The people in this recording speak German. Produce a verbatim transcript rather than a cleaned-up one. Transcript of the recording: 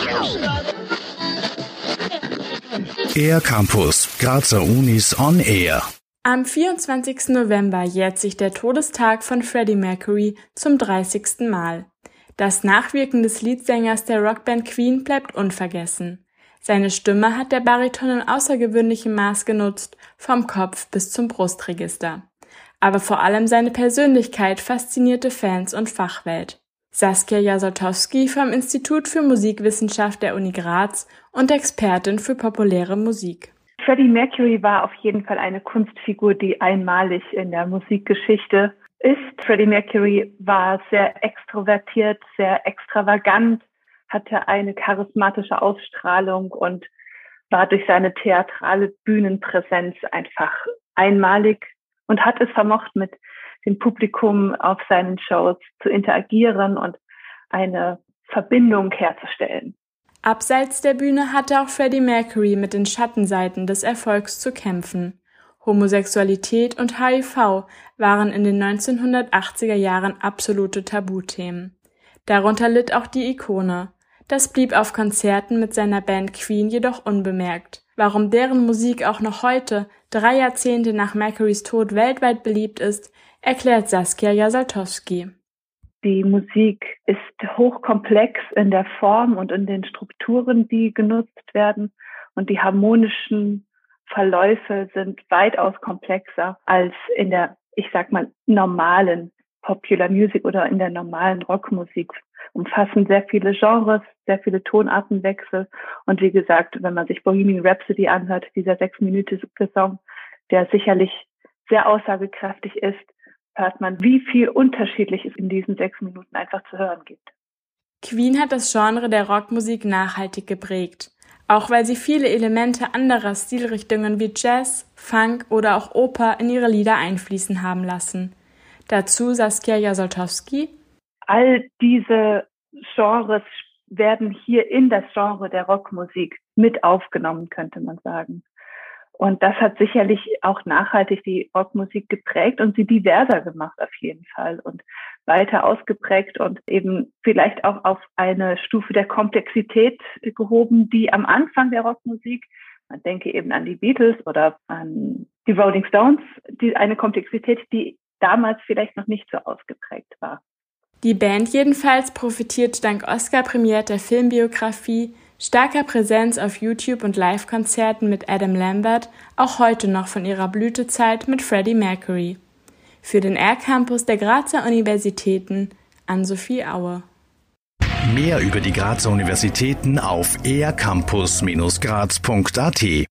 Air Campus, Grazer Unis on Air. Am vierundzwanzigsten November jährt sich der Todestag von Freddie Mercury zum dreißigsten Mal. Das Nachwirken des Leadsängers der Rockband Queen bleibt unvergessen. Seine Stimme hat der Bariton in außergewöhnlichem Maß genutzt, vom Kopf bis zum Brustregister. Aber vor allem seine Persönlichkeit faszinierte Fans und Fachwelt. Saskia Jasotowski vom Institut für Musikwissenschaft der Uni Graz und Expertin für populäre Musik. Freddie Mercury war auf jeden Fall eine Kunstfigur, die einmalig in der Musikgeschichte ist. Freddie Mercury war sehr extrovertiert, sehr extravagant, hatte eine charismatische Ausstrahlung und war durch seine theatrale Bühnenpräsenz einfach einmalig und hat es vermocht, mit dem Publikum auf seinen Shows zu interagieren und eine Verbindung herzustellen. Abseits der Bühne hatte auch Freddie Mercury mit den Schattenseiten des Erfolgs zu kämpfen. Homosexualität und H I V waren in den neunzehnhundertachtziger Jahren absolute Tabuthemen. Darunter litt auch die Ikone. Das blieb auf Konzerten mit seiner Band Queen jedoch unbemerkt. Warum deren Musik auch noch heute, drei Jahrzehnte nach Mercurys Tod, weltweit beliebt ist, erklärt Saskia Jasotowski. Die Musik ist hochkomplex in der Form und in den Strukturen, die genutzt werden. Und die harmonischen Verläufe sind weitaus komplexer als in der, ich sag mal, normalen Popular Music oder in der normalen Rockmusik. Umfassen sehr viele Genres, sehr viele Tonartenwechsel. Und wie gesagt, wenn man sich Bohemian Rhapsody anhört, dieser sechsminütige Song, der sicherlich sehr aussagekräftig ist, hört man, wie viel Unterschiedliches in diesen sechs Minuten einfach zu hören gibt. Queen hat das Genre der Rockmusik nachhaltig geprägt, auch weil sie viele Elemente anderer Stilrichtungen wie Jazz, Funk oder auch Oper in ihre Lieder einfließen haben lassen. Dazu Saskia Jasotowski. All diese Genres werden hier in das Genre der Rockmusik mit aufgenommen, könnte man sagen. Und das hat sicherlich auch nachhaltig die Rockmusik geprägt und sie diverser gemacht auf jeden Fall und weiter ausgeprägt und eben vielleicht auch auf eine Stufe der Komplexität gehoben, die am Anfang der Rockmusik, man denke eben an die Beatles oder an die Rolling Stones, die eine Komplexität, die damals vielleicht noch nicht so ausgeprägt war. Die Band jedenfalls profitiert dank Oscar-prämierter Filmbiografie, starker Präsenz auf YouTube und Live-Konzerten mit Adam Lambert auch heute noch von ihrer Blütezeit mit Freddie Mercury. Für den Air Campus der Grazer Universitäten, Ann-Sophie Aue. Mehr über die Grazer Universitäten auf air campus Bindestrich graz Punkt a t.